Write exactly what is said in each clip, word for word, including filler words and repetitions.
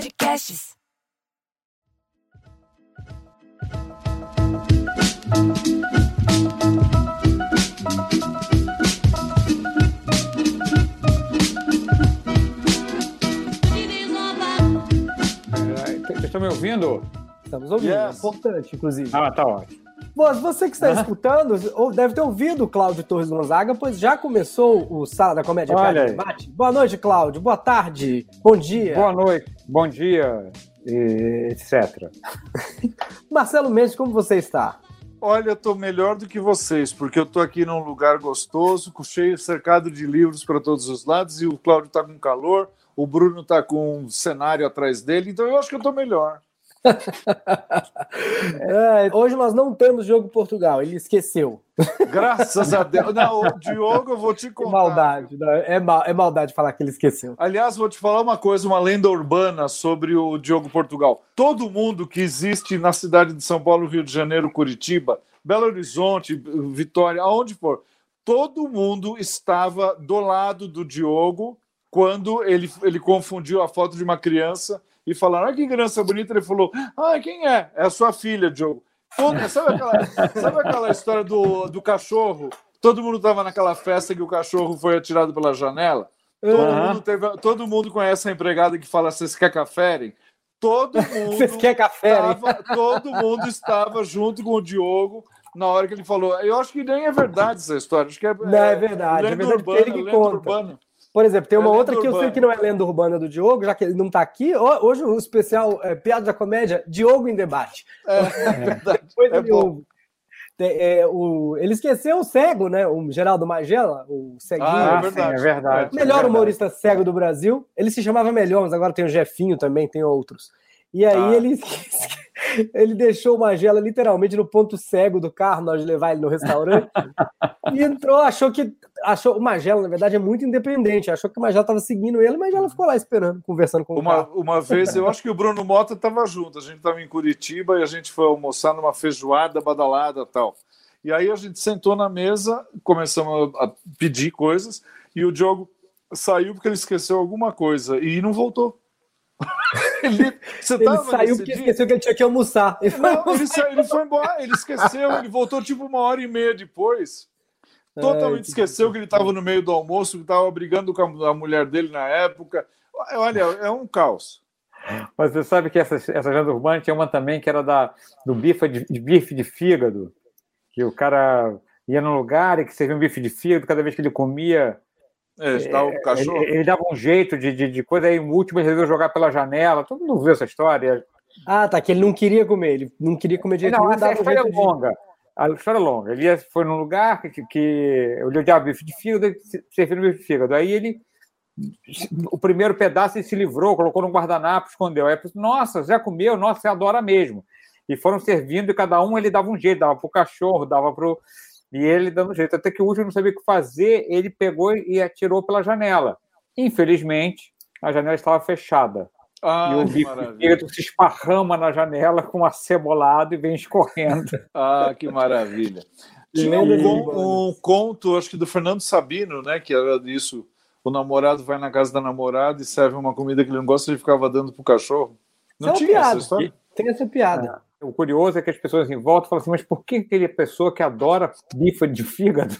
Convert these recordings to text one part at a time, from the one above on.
Podcasts. Vocês estão me ouvindo? Estamos ouvindo, Yes. é importante, inclusive. Ah, tá ótimo. Mas você que está escutando, ou deve ter ouvido o Cláudio Torres Gonzaga, pois já começou o Sala da Comédia Olha Piada e aí. Debate. Boa noite, Cláudio. Boa tarde. Bom dia. Boa noite, bom dia, e etcétera. Marcelo Mendes, como você está? Olha, eu tô melhor do que vocês, porque eu tô aqui num lugar gostoso, com cheio, cercado de livros para todos os lados, e o Cláudio tá com calor, o Bruno tá com um cenário atrás dele, então eu acho que eu tô melhor. É, hoje nós não temos jogo Portugal, ele esqueceu. Graças a Deus. Não, o Diogo, eu vou te Que contar. maldade, não, é, mal, é maldade falar que ele esqueceu. Aliás, vou te falar uma coisa, uma lenda urbana sobre o Diogo Portugal. Todo mundo que existe na cidade de São Paulo, Rio de Janeiro, Curitiba, Belo Horizonte, Vitória, aonde for, todo mundo estava do lado do Diogo quando ele, ele confundiu a foto de uma criança e falaram, ah, que criança bonita. Ele falou, ah, quem é? É a sua filha, Diogo. Todo, sabe, aquela, sabe aquela história do, do cachorro? Todo mundo estava naquela festa que o cachorro foi atirado pela janela? Todo, Uhum. mundo, teve, todo mundo conhece a empregada que fala, vocês querem café? Todo mundo, Vocês querem café, hein? estava, todo mundo estava junto com o Diogo na hora que ele falou. Eu acho que nem é verdade essa história. Acho que é, Não, é verdade, é lenda verdade, urbana, porque ele que lenda conta. urbana. Por exemplo, tem uma É lenda outra que eu sei urbana. que não é lenda urbana do Diogo, já que ele não está aqui. Ho- Hoje o especial é, Piada da Comédia, Diogo em Debate. É, é verdade. Depois É ele bom. ouve. Tem, é, o, ele esqueceu o cego, né? O Geraldo Magela, o ceguinho. Ah, Ah, é verdade. sim, é verdade. Melhor é verdade. humorista cego do Brasil. Ele se chamava Melhor, mas agora tem o Jefinho também, tem outros. E aí Ah. ele, ele deixou o Magela literalmente no ponto cego do carro na hora de levar ele no restaurante. E entrou, achou que. Achou, o Magela, na verdade, é muito independente. Achou que o Magela estava seguindo ele, mas ela ficou lá esperando, conversando com o Uma, carro. uma vez, eu acho que o Bruno Mota estava junto. A gente estava em Curitiba e a gente foi almoçar numa feijoada badalada e tal. E aí a gente sentou na mesa, começamos a a pedir coisas e o Diogo saiu porque ele esqueceu alguma coisa e não voltou. ele você Ele tava saiu nesse porque dia? esqueceu que ele tinha que almoçar. Ele foi Não, ele, sa- ele foi embora, ele esqueceu, ele voltou tipo uma hora e meia depois. Totalmente que esqueceu que ele estava no meio do almoço, que estava brigando com a mulher dele na época. Olha, é um caos. Mas você sabe que essa, essa lenda urbana tinha uma também que era da, do bife de, de bife de fígado, que o cara ia num lugar e que servia um bife de fígado, cada vez que ele comia, É, está o cachorro. ele, ele dava um jeito de, de, de coisa, aí o último ele resolveu jogar pela janela. Todo mundo viu essa história. Ah, tá, que ele não queria comer, ele não queria comer de jeito Não, nenhum, essa é a dava um história jeito de... longa. A história é longa. Ele ia, foi num lugar que, que ele odiava bife de fígado e serviu no bife de fígado. Aí ele, o primeiro pedaço, ele se livrou, colocou num guardanapo, escondeu. Aí eu pensei, nossa, já comeu? Nossa, você adora mesmo. E foram servindo e cada um ele dava um jeito, dava pro cachorro, dava pro... E ele dando jeito. Até que o último não sabia o que fazer, ele pegou e atirou pela janela. Infelizmente, a janela estava fechada. Ah, e o que bife de maravilha. fígado se esparrama na janela com acebolado e vem escorrendo. Ah, que maravilha. Tinha Lenda um, con- urbana. um conto, acho que do Fernando Sabino, né? Que era disso. O namorado vai na casa da namorada e serve uma comida que ele não gosta e ele ficava dando pro cachorro. Não Isso é uma tinha essa piada. história? Tem essa piada. O curioso é que as pessoas em volta falam assim, mas por que aquele pessoa que adora bife de fígado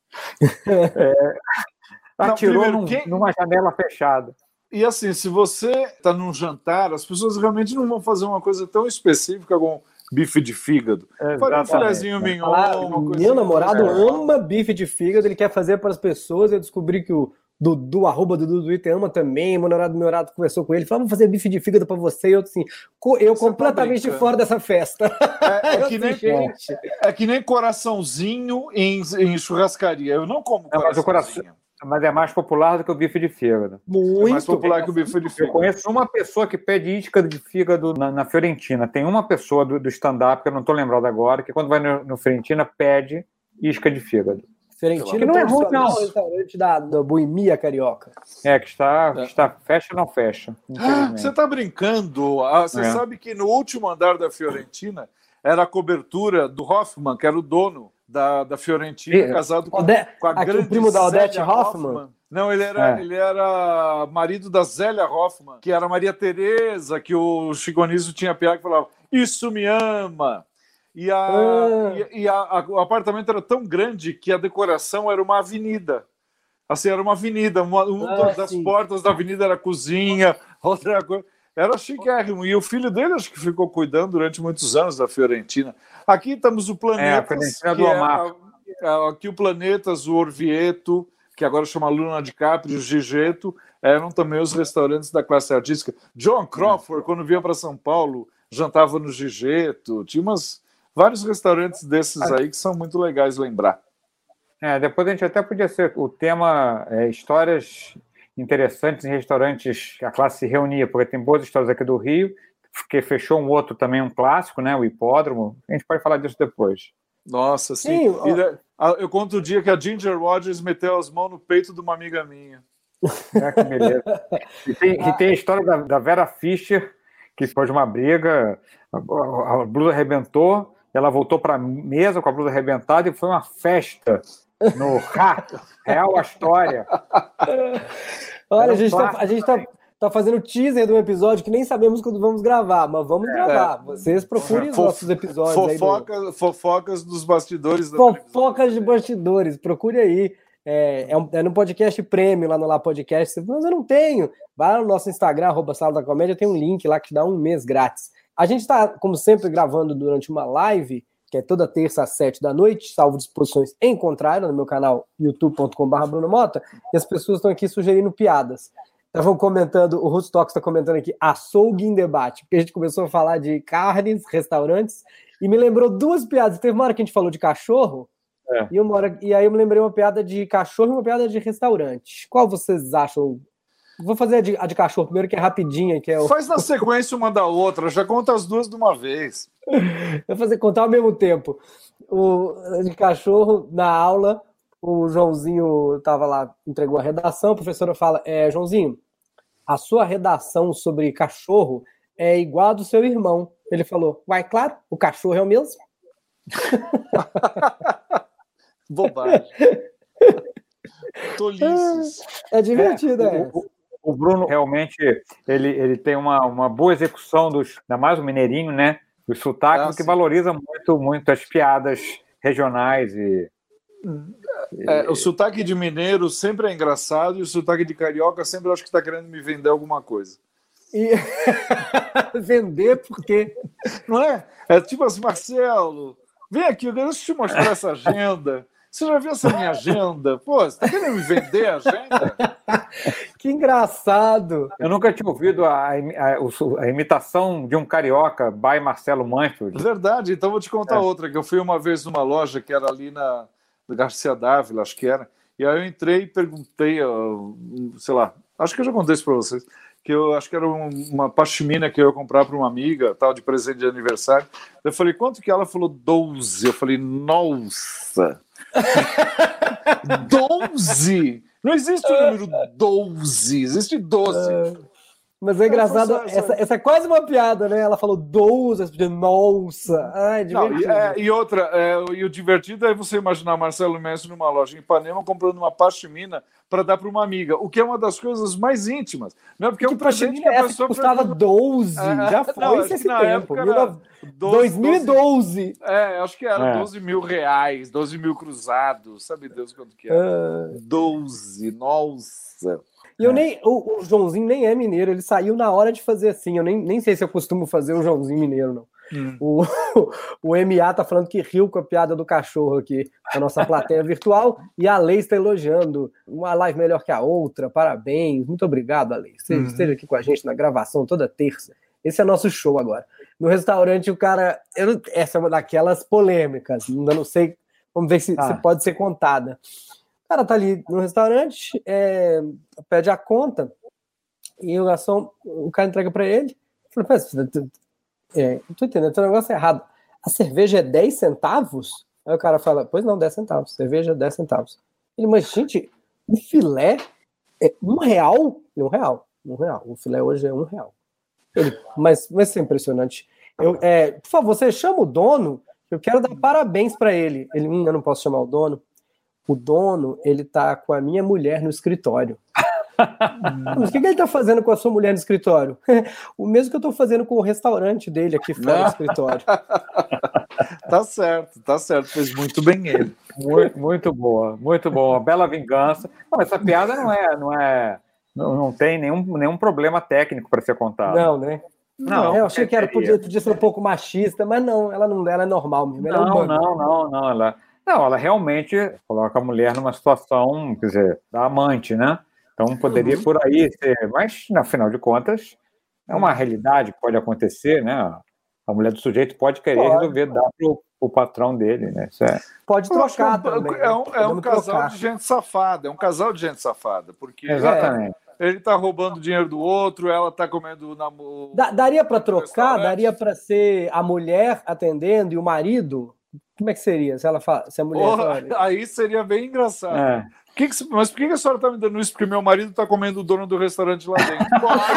é, atirou primeiro, num- quem- numa janela fechada? E assim, se você está num jantar, as pessoas realmente não vão fazer uma coisa tão específica como bife de fígado. Faz um Exatamente. filezinho mignon, Ah, uma meu coisinha namorado mais- ama bife de fígado, ele quer fazer para as pessoas. Eu descobri que o Dudu, arroba Dudu do Twitter, ama também. Meu namorado, meu namorado conversou com ele, falou: vamos fazer bife de fígado para você. E eu assim, co- eu Você tá completamente brincando. fora dessa festa. É, é Eu que nem, assim, gente, é que nem coraçãozinho em, em churrascaria. Eu não como Não, mas o coraçãozinho. Mas é mais popular do que o bife de fígado. muito É mais popular que o bife de Eu fígado. conheço uma pessoa que pede isca de fígado na, na Fiorentina. Tem uma pessoa do, do stand-up, que eu não estou lembrado agora, que quando vai no, no Fiorentina pede isca de fígado. Fiorentina, Que não é ruim, tradicional não. restaurante da, da Boemia Carioca. É, que está, É. que está fecha ou não fecha. Ah, infelizmente. você está brincando? Ah, você É. sabe que no último andar da Fiorentina era a cobertura do Hoffman, que era o dono da, da Fiorentina, E, casado com, Ode... com a Aqui, grande o primo da Odete Zélia Hoffmann? Hoffmann. Não, ele era, É. ele era marido da Zélia Hoffmann, que era Maria Tereza, que o Chico Anísio tinha piada que falava, isso me ama. E, a, Ah. e, e a, a, o apartamento era tão grande que a decoração era uma avenida. Assim, era uma avenida. Uma, uma Ah, das sim. portas da avenida era a cozinha, outra coisa. Era chiquérrimo. E o filho dele, acho que ficou cuidando durante muitos anos da Fiorentina. Aqui estamos o Planetas, É, a que do é Omar. a, a, aqui o Planetas, o Orvieto, que agora chama Luna DiCaprio, o Gigeto, eram também os restaurantes da classe artística. John Crawford, quando vinha para São Paulo, jantava no Gigeto. Tinha umas, vários restaurantes desses aí que são muito legais lembrar. É, depois a gente até podia ser o tema é, histórias interessantes em restaurantes que a classe se reunia, porque tem boas histórias aqui do Rio, que fechou um outro também, um clássico, né, o Hipódromo. A gente pode falar disso depois. Nossa, sim. Sim, ó. E, eu conto o dia que a Ginger Rogers meteu as mãos no peito de uma amiga minha. É, que beleza. E tem, e tem a história da, da Vera Fischer, que foi de uma briga, a, a, a blusa arrebentou, ela voltou para a mesa com a blusa arrebentada e foi uma festa no Ra, Real História. Olha, Era a um gente, tá, clássico a gente tá, tá fazendo teaser de um episódio que nem sabemos quando vamos gravar, mas vamos É. gravar. Vocês procurem os Fof- nossos episódios aí. do- Fofoca, Fofocas dos bastidores da televisão. Fofocas de bastidores, procure aí. É, é, um, é no podcast Prêmio, lá no Lá Podcast. Você fala, mas eu não tenho. Vai lá no nosso Instagram, arroba Sala da Comédia, tem um link lá que te dá um mês grátis. A gente tá, como sempre, gravando durante uma live, que é toda terça às sete da noite, salvo disposições em contrário, no meu canal youtube ponto com barra Bruno Mota, e as pessoas estão aqui sugerindo piadas. Estavam comentando, o Rusto Tox está comentando aqui, açougue em debate, porque a gente começou a falar de carnes, restaurantes, e me lembrou duas piadas. Teve uma hora que a gente falou de cachorro, É. e, uma hora, e aí eu me lembrei uma piada de cachorro e uma piada de restaurante. Qual vocês acham? Vou fazer a de, a de cachorro primeiro, que é rapidinha, que é o... Faz na sequência uma da outra, já conta as duas de uma vez. Vou fazer contar ao mesmo tempo. O de cachorro, na aula, o Joãozinho estava lá, entregou a redação, a professora fala, é, Joãozinho, a sua redação sobre cachorro é igual a do seu irmão. Ele falou, vai, claro, o cachorro é o mesmo. Bobagem. Tolices. É divertido, é. É, o, o Bruno realmente ele, ele tem uma, uma boa execução dos, ainda mais o mineirinho, né? Dos sotaques, Ah, que sim. valoriza muito, muito as piadas regionais e É, o sotaque de mineiro sempre é engraçado e o sotaque de carioca sempre acho que está querendo me vender alguma coisa. E... Vender porque... Não é? É tipo assim, Marcelo, vem aqui, deixa eu te mostrar essa agenda. Você já viu essa minha agenda? Pô, você tá querendo me vender a agenda? Que engraçado. eu nunca tinha ouvido a, a, a imitação de um carioca by Marcelo Mansfield. Verdade, então vou te contar É. outra, que eu fui uma vez numa loja que era ali na Garcia Dávila, acho que era, e aí eu entrei e perguntei, sei lá, acho que eu já contei isso para vocês, que eu acho que era um, uma pashmina que eu ia comprar para uma amiga, tal, de presente de aniversário. Eu falei, quanto que ela falou? doze. Eu falei, nossa! doze! Não existe o número doze, existe doze. Mas é engraçado, Só- só- essa, essa é quase uma piada, né? Ela falou doze, as pessoas, nossa. Ai, Não, e, divertido. é, e outra, é, e o divertido é você imaginar Marcelo Messi numa loja em Ipanema comprando uma pashmina para dar para uma amiga, o que é uma das coisas mais íntimas. Não é porque é um Que presente que pashmina é a essa que pessoa custava doze, É, já foi não, acho esse que na tempo. época era doze, dois mil e doze. É, acho que era É. doze mil reais, doze mil cruzados, sabe Deus quanto que é. Ah. doze, nossa. E eu nem, o, o Joãozinho nem é mineiro, ele saiu na hora de fazer assim. Eu nem, nem sei se eu costumo fazer o Joãozinho mineiro, não. Hum. O, o M A tá falando que riu com a piada do cachorro aqui na nossa plateia virtual e a Lei está elogiando. Uma live melhor que a outra, parabéns. Muito obrigado, Lei. Esteja, Uhum. esteja aqui com a gente na gravação toda terça. Esse é nosso show agora. No restaurante, o cara. Eu não- essa é uma daquelas polêmicas. Ainda não sei. Vamos ver se, Ah. se pode ser contada. O cara tá ali no restaurante, é, pede a conta e o garçom, o cara entrega para ele. Fala, "Pô, você- tu- é, não tô entendendo, tem um negócio errado. A cerveja é dez centavos? Aí o cara fala, pois não, dez centavos. Cerveja é dez centavos. Ele, mas gente, o filé é um real? Um real, um real. O filé hoje é um real. Ele, mas, mas isso é impressionante. Eu, é, por favor, você chama o dono Eu quero dar parabéns para ele. Ele, hum, eu não posso chamar o dono. O dono, ele tá com a minha mulher no escritório. Mas o que, que ele tá fazendo com a sua mulher no escritório? O mesmo que eu tô fazendo com o restaurante dele aqui fora do escritório. Tá certo, tá certo. Fez muito bem ele. Muito, muito boa, muito boa. Bela vingança. Não, essa piada não é, não é, não, não tem nenhum, nenhum problema técnico para ser contado. Não, né? Não, é, eu achei que era, podia, podia ser um pouco machista, mas não, ela não, ela é normal mesmo. Ela não, é um não, não, não, ela, não, ela realmente coloca a mulher numa situação, quer dizer, da amante, né? Então poderia uhum. por aí ser, mas no final de contas é uma realidade que pode acontecer, né? A mulher do sujeito pode querer pode. resolver dar pro, pro patrão dele, né? Isso é... Pode trocar é um, também. É um, é um casal trocar. de gente safada, é um casal de gente safada, porque exatamente. É, ele tá roubando dinheiro do outro, ela tá comendo na da, daria para trocar, daria para ser a mulher atendendo e o marido. Como é que seria se ela fala, se a mulher oh, fala... Aí seria bem engraçado. É. Que que, mas por que a senhora está me dando isso? Porque meu marido está comendo o dono do restaurante lá dentro.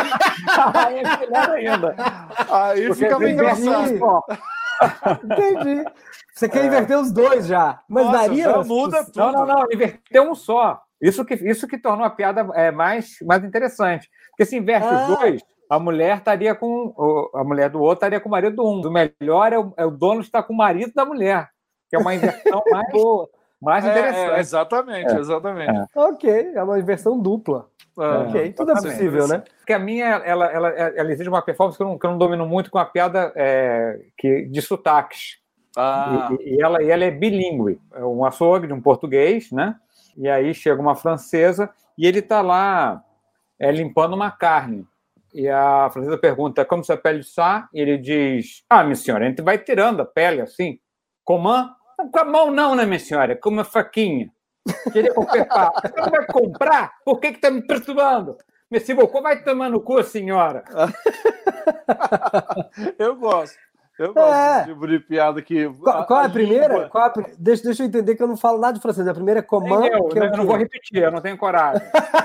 Aí é melhor ainda. Aí porque fica bem engraçado. Entendi. Você quer é. inverter os dois já. Mas Nossa, daria. Já muda tudo. Não, não, não. Inverter um só. Isso que, isso que tornou a piada é, mais, mais interessante. Porque se inverte ah. os dois, a mulher estaria com. A mulher do outro estaria com o marido do um. O melhor é o, é o dono estar com o marido da mulher. Que é uma inversão mais boa. Mais interessante. É, é, exatamente, é. exatamente. É. Ok, é uma inversão dupla. É, ok, tudo é possível, né? Porque a minha, ela, ela, ela exige uma performance que eu não, que eu não domino muito com a piada é, que, de sotaques. Ah. E, e, ela, e ela é bilíngue. É um açougue de um português, né? E aí chega uma francesa e ele está lá é, limpando uma carne. E a francesa pergunta, como se a pele está? E ele diz, ah, minha senhora, a gente vai tirando a pele assim. Comã? Com a mão não, né, minha senhora? Com uma faquinha. Queria comprar. Você não vai comprar? Por que que tá me perturbando? Messi Bocô vai tomar no cu, senhora. Eu gosto. Eu gosto é. desse tipo de piada que... Qual, qual a, a primeira? Língua... Qual a... Deixa, deixa eu entender que eu não falo nada de francês. A primeira é comã. Eu, que eu, é eu não vou repetir, eu não tenho coragem.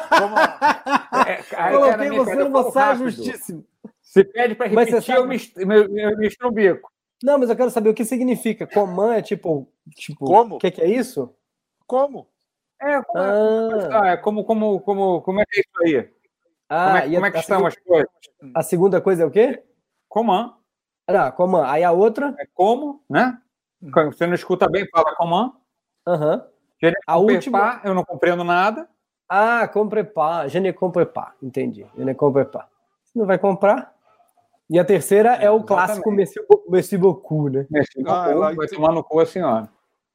é, Coloquei você numa saia justíssima. Se pede para repetir, eu me, eu, eu me estrumbico. Não, mas eu quero saber o que significa. Comã é tipo... tipo Como? O que, que é isso? Como? É, como, ah. é, como, como, como, como é que é isso aí? Ah, como é, como é que estão as coisas? A segunda coisa é o quê? Comã. Ah, comã. Aí a outra? É como, né? Você não escuta bem, fala comã. Aham. Uhum. A última... Eu não compreendo nada. Ah, compre pas. Je ne compre pas. Entendi. Je ne compre pas. Você não vai comprar? E a terceira é, é o clássico Merci beaucoup, né? Merci beaucoup, ah, ela vai tomar no cu a senhora.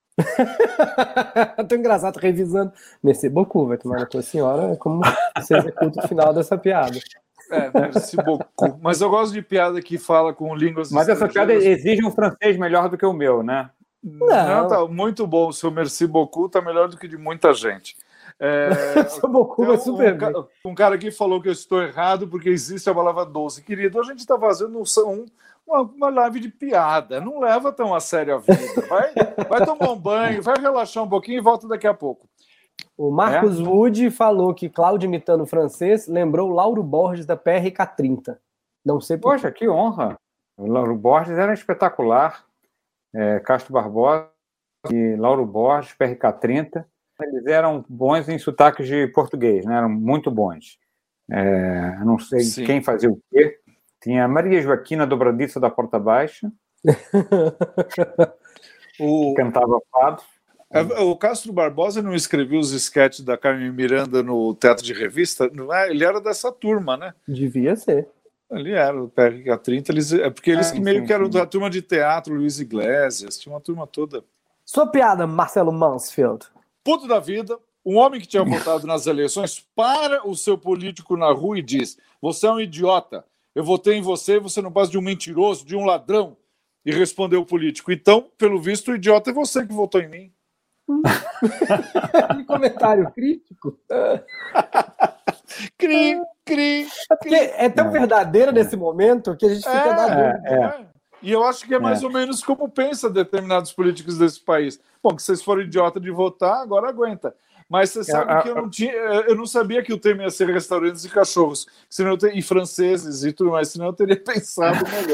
Tão engraçado, revisando. Merci beaucoup, vai tomar no cu a senhora. É como você executa o final dessa piada. É, merci beaucoup. Mas eu gosto de piada que fala com línguas Mas essa piada exige um francês melhor do que o meu, né? Não, Não tá muito bom. O seu merci beaucoup tá melhor do que de muita gente. É, então, é super um, bem. um cara aqui falou que eu estou errado porque existe a palavra doce. Querido, a gente está fazendo um, uma, uma live de piada. Não leva tão a sério a vida. Vai, vai tomar um banho, vai relaxar um pouquinho e volta daqui a pouco. O Marcos é? Wood falou que Cláudio imitando o francês lembrou Lauro Borges da P R K trinta. Não sei por Poxa, que honra. O Lauro Borges era espetacular. É, Castro Barbosa e Lauro Borges, P R K trinta. Eles eram bons em sotaques de português, né? Eram muito bons. É, não sei Sim. quem fazia o quê. Tinha a Maria Joaquina Dobradiça da Porta Baixa, o... que cantava fado. O Castro Barbosa não escreveu os esquetes da Carmen Miranda no Teatro de Revista? Não é? Ele era dessa turma, né? Devia ser. Ele era, o P R K trinta, eles, é porque eles é, que meio sim, que eram sim. da turma de teatro, Luiz Iglesias, tinha uma turma toda. Sua piada, Marcelo Mansfield. Puto da vida, um homem que tinha votado nas eleições para o seu político na rua e diz: você é um idiota, eu votei em você, você não passa de um mentiroso, de um ladrão. E respondeu o político: então, pelo visto, o idiota é você que votou em mim. Que comentário crítico. Cri, cri, é porque é tão verdadeiro nesse momento que a gente fica é, na dúvida. É, é. E eu acho que é mais é. ou menos como pensam determinados políticos desse país. Bom, que vocês foram idiota de votar, agora aguenta. Mas você sabe é, que eu não tinha, eu não sabia que o tema ia ser restaurantes e cachorros, senão eu ter, e franceses e tudo mais, senão eu teria pensado melhor.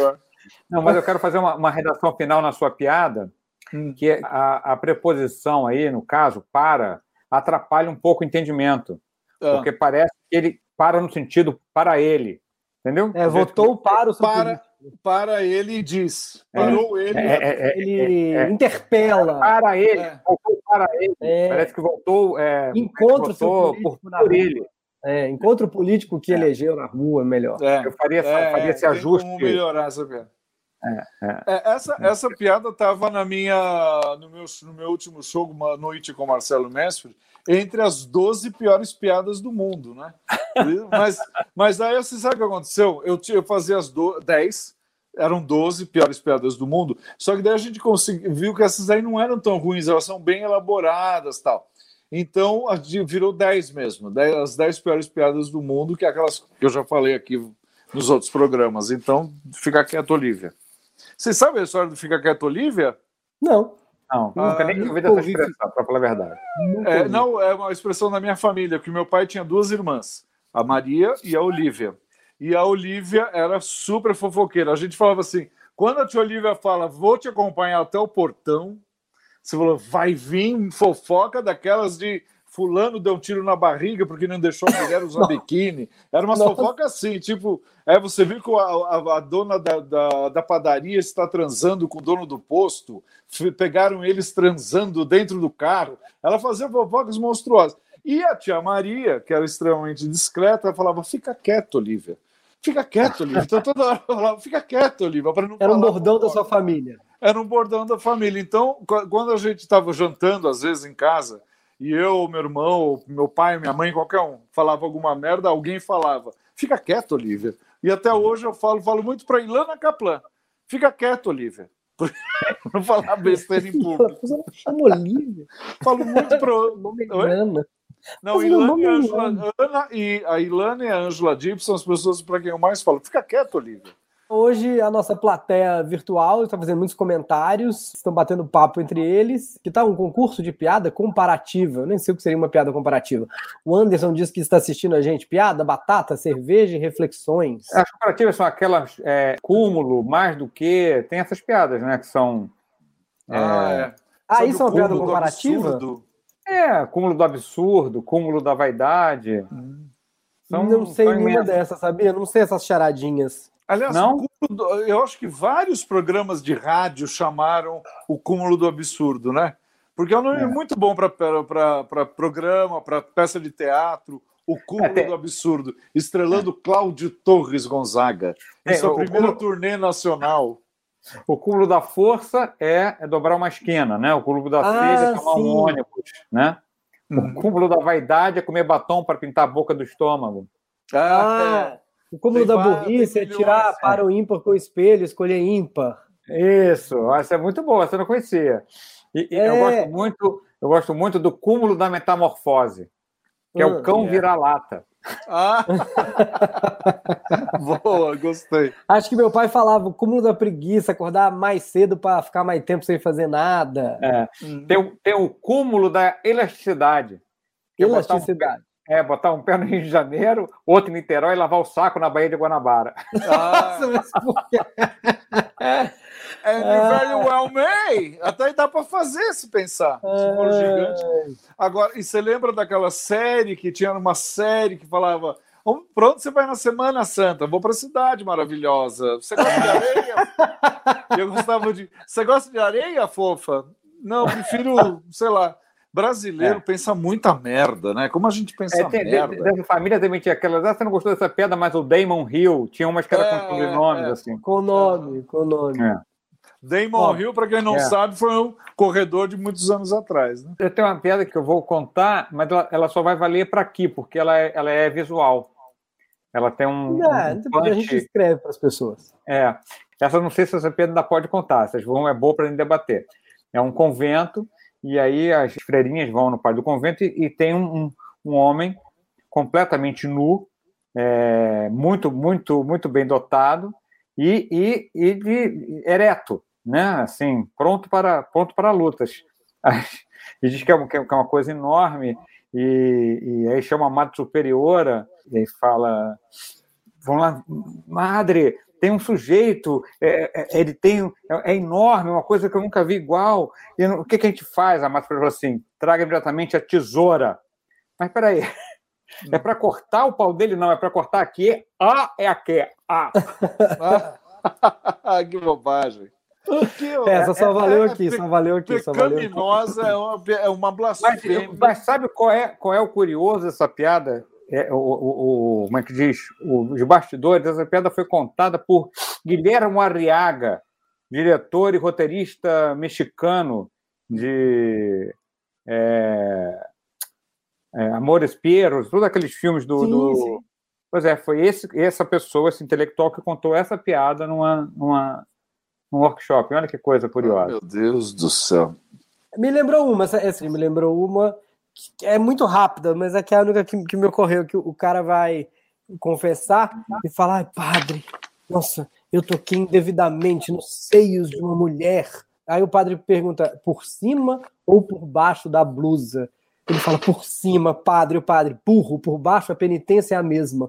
Não, mas eu quero fazer uma, uma redação final na sua piada, hum. que a, a preposição aí, no caso, para, atrapalha um pouco o entendimento. Ah. Porque parece que ele para no sentido para ele. Entendeu? É, votou para o para, para ele diz. Parou é, ele. É, é, ele é, é, interpela. Para ele. É. Voltou para ele. É. Parece que voltou. É, encontra o seu político por, por ele. É, encontra o político que é. elegeu na rua, melhor. É. Eu faria, é, faria esse ajuste. Como melhorar essa piada. É, é. É, essa, essa piada estava na minha, no, meu, no meu último show, Uma Noite com Marcelo Mestre, entre as doze piores piadas do mundo, né? Mas, mas aí você sabe o que aconteceu? Eu, eu fazia as dez, eram doze piores piadas do mundo, só que daí a gente conseguiu, viu que essas aí não eram tão ruins, elas são bem elaboradas e tal. Então a gente virou dez mesmo, as dez piores piadas do mundo, que é aquelas que eu já falei aqui nos outros programas. Então, fica quieto, Olívia. Você sabe a história do Fica Quieto, Olívia? Não. Não, nunca ah, nem ouvi essa expressão, para falar a verdade. É, não, é uma expressão da minha família, porque meu pai tinha duas irmãs, a Maria e a Olívia. E a Olívia era super fofoqueira. A gente falava assim, quando a tia Olívia fala, vou te acompanhar até o portão, você falou, vai vir fofoca daquelas de fulano deu um tiro na barriga porque não deixou a mulher usar biquíni. Era uma fofoca assim, tipo, é, você viu que a, a, a dona da, da, da padaria está transando com o dono do posto, pegaram eles transando dentro do carro. Ela fazia fofocas monstruosas. E a tia Maria, que era extremamente discreta, falava, fica quieto, Olívia. Fica quieto, Olívia. Então toda hora eu falava, fica quieto, Olívia. Para não era um bordão da sua família. Era um bordão da família. Então, quando a gente estava jantando, às vezes, em casa, e eu, meu irmão, meu pai, minha mãe, qualquer um, falava alguma merda, alguém falava, fica quieto, Olívia. E até hoje eu falo, falo muito para Ilana Kaplan, fica quieto, Olívia. Não falar besteira em público. Chama Olívia. Falo muito para... Ilana. Não, Ilana e a Angela, Ana e a Ilana e a Angela Dipp são as pessoas para quem eu mais falo, fica quieto, Olívia. Hoje a nossa plateia virtual está fazendo muitos comentários, estão batendo papo entre eles. Que tá um concurso de piada comparativa. Eu nem sei o que seria uma piada comparativa. O Anderson diz que está assistindo a gente. Piada, batata, cerveja e reflexões. As comparativas são aquelas é, cúmulo, mais do que... Tem essas piadas, né? Que são... É... Ah, é. Ah, isso é uma piada comparativa? É, cúmulo do absurdo, cúmulo da vaidade. Hum. São, não sei nenhuma imensas. Dessas, sabia? Não sei essas charadinhas. Aliás, não? eu acho que vários programas de rádio chamaram o cúmulo do absurdo, né? Porque é um nome é. muito bom para programa, para peça de teatro, o cúmulo é, tem... do absurdo, estrelando é. Cláudio Torres Gonzaga, em é, sua primeira cúmulo... turnê nacional. O cúmulo da força é, é dobrar uma esquina, né? O cúmulo da ah, sede é tomar sim. um ônibus, né? Hum. O cúmulo da vaidade é comer batom para pintar a boca do estômago. Ah, é. O cúmulo da burrice é tirar para o ímpar com o espelho, escolher ímpar. Isso, essa é muito boa, você não conhecia. E, é. eu, gosto muito, eu gosto muito do cúmulo da metamorfose, que é o cão vira-lata. Ah. Boa, gostei. Acho que meu pai falava o cúmulo da preguiça, acordar mais cedo para ficar mais tempo sem fazer nada. É. Hum. Tem, tem o cúmulo da elasticidade. Elasticidade. É, botar um pé no Rio de Janeiro, outro em Niterói e lavar o saco na Baía de Guanabara. Ah. Nossa, mas por quê? É, é very well may. Até dá para fazer, se pensar. Se gigante. Agora, e você lembra daquela série que tinha uma série que falava: pronto, você vai na Semana Santa, vou para a cidade maravilhosa. Você gosta de areia? Eu gostava de. Você gosta de areia, fofa? Não, prefiro, sei lá. Brasileiro é. pensa muita merda, né? Como a gente pensa é, tem, merda. Dessa família também tinha aquelas. Ah, você não gostou dessa piada, mas o Damon Hill tinha umas que era é, com sobrenomes, é, assim. Com nome, com nome. É. Damon oh, Hill, para quem não é. sabe, foi um corredor de muitos anos atrás. Né? Eu tenho uma piada que eu vou contar, mas ela, ela só vai valer para aqui, porque ela é, ela é visual. Ela tem um. Não, um punch... A gente escreve para as pessoas. É. Essa não sei se essa piada ainda pode contar. Essas vão, é boa para a gente debater. É um convento. E aí as freirinhas vão no pátio do convento e, e tem um, um, um homem completamente nu, é, muito, muito, muito bem dotado e, e, e de, ereto, né? Assim, pronto para, pronto para lutas. E diz que é, que é uma coisa enorme e, e aí chama a Madre Superiora e aí fala, vamos lá, Madre, tem um sujeito, é, é, ele tem, é, é enorme, uma coisa que eu nunca vi igual. E o que, que a gente faz? A Márcia falou assim, traga imediatamente a tesoura. Mas peraí, é para cortar o pau dele? Não, é para cortar aqui. A é aqui. A. Que bobagem. Que, Essa só valeu aqui, só valeu aqui. Pecaminosa é uma, é uma blasfêmia. Mas, mas sabe qual é, qual é o curioso dessa piada? É, o, o, o, como é que diz? Os bastidores, essa piada foi contada por Guilherme Arriaga, diretor e roteirista mexicano de é, é, Amores Pieros, todos aqueles filmes do... Sim, do... sim. Pois é, foi esse, essa pessoa, esse intelectual, que contou essa piada numa, numa, num workshop. Olha que coisa curiosa. Oh, meu Deus do céu. Me lembrou uma, essa, essa me lembrou uma que é muito rápida, mas é que é a única que, que me ocorreu, que o, o cara vai confessar e falar, ai, padre, nossa, eu toquei indevidamente nos seios de uma mulher. Aí o padre pergunta, por cima ou por baixo da blusa? Ele fala, por cima, padre, o padre, burro, por baixo a penitência é a mesma.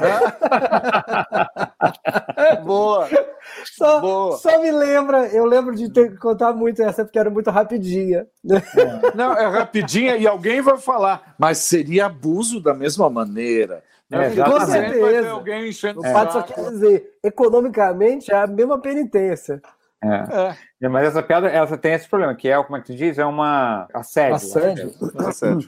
Boa. Só, Boa. só me lembra, eu lembro de ter que contar muito essa, porque era muito rapidinha. É. Não, é rapidinha e alguém vai falar, mas seria abuso da mesma maneira. É, Né? Com Sempre certeza. vai ter alguém enchendo O o padre só saco. quer dizer, economicamente é a mesma penitência. É. É. Mas essa piada, ela tem esse problema, que é, como é que tu diz, é uma assédio. Assédio. Assédio.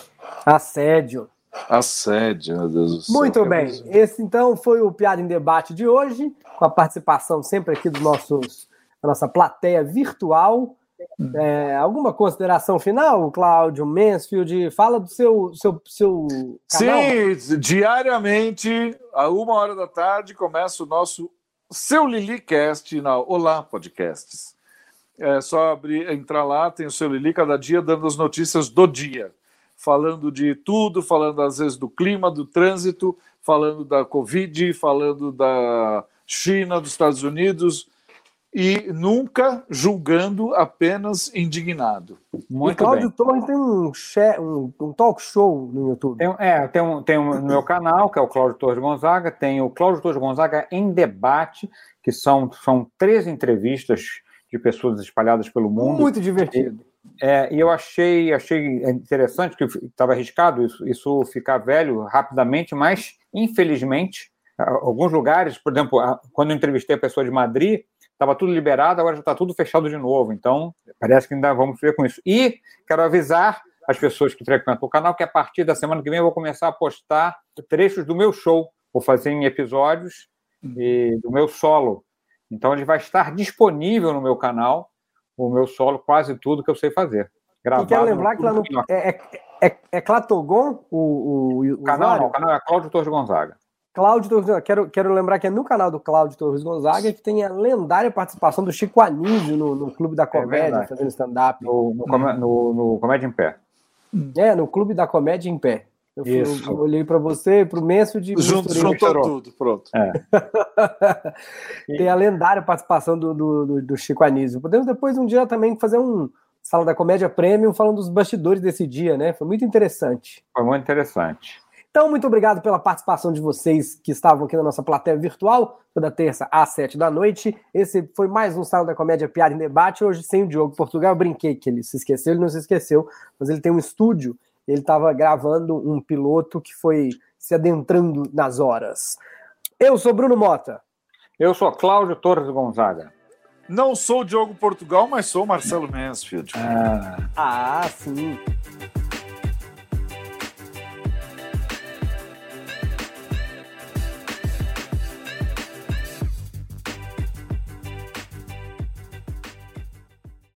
Assédio. Assédio, meu Deus do céu. Muito bem. Esse, então, foi o Piada em Debate de hoje, com a participação sempre aqui dos nossos, da nossa plateia virtual. É, alguma consideração final, Cláudio Mansfield? Fala do seu, seu, seu canal. Sim, diariamente, a uma hora da tarde, começa o nosso Seu Lilicast na Olá Podcasts. É só abrir, entrar lá, tem o Seu Lili cada dia dando as notícias do dia. Falando de tudo, falando às vezes do clima, do trânsito, falando da Covid, falando da China, dos Estados Unidos, e nunca julgando, apenas indignado. Muito e Cláudio bem. Torres tem um, share, um, um talk show no YouTube. Tem, é, tem um, tem um no meu canal, que é o Cláudio Torres Gonzaga, tem o Cláudio Torres Gonzaga em Debate, que são, são três entrevistas de pessoas espalhadas pelo mundo. Muito divertido. É, e eu achei, achei interessante, que estava arriscado isso, isso ficar velho rapidamente, mas, infelizmente, alguns lugares, por exemplo, quando eu entrevistei a pessoa de Madrid, estava tudo liberado, agora já está tudo fechado de novo. Então, parece que ainda vamos ver com isso. E quero avisar as pessoas que frequentam o canal que a partir da semana que vem eu vou começar a postar trechos do meu show. Vou fazer em episódios e, do meu solo. Então, ele vai estar disponível no meu canal, o meu solo, quase tudo que eu sei fazer. E quero lembrar que lá no, é, é, é, é Clatogon o, o, o canal, não, o canal é Cláudio Torres Gonzaga. Cláudio Torres, quero, quero lembrar que é no canal do Cláudio Torres Gonzaga que tem a lendária participação do Chico Anísio no, no Clube da Comédia, é fazendo stand-up. No, no, hum. no, no Comédia em Pé. É, no Clube da Comédia em Pé. Eu, fui, eu olhei para você, para o Menso de... Junto, juntou tudo, pronto. É. Tem a lendária participação do, do, do Chico Anísio. Podemos depois um dia também fazer um Sala da Comédia Premium falando dos bastidores desse dia, né? Foi muito interessante. Foi muito interessante. Então, muito obrigado pela participação de vocês que estavam aqui na nossa plateia virtual, toda terça às sete da noite. Esse foi mais um Sala da Comédia Piada em Debate, hoje sem o Diogo Portugal. Eu brinquei que ele se esqueceu, ele não se esqueceu, mas ele tem um estúdio, ele estava gravando um piloto que foi se adentrando nas horas. Eu sou Bruno Mota. Eu sou Cláudio Torres Gonzaga. Não sou o Diogo Portugal, mas sou o Marcelo Mansfield. Ah, ah sim.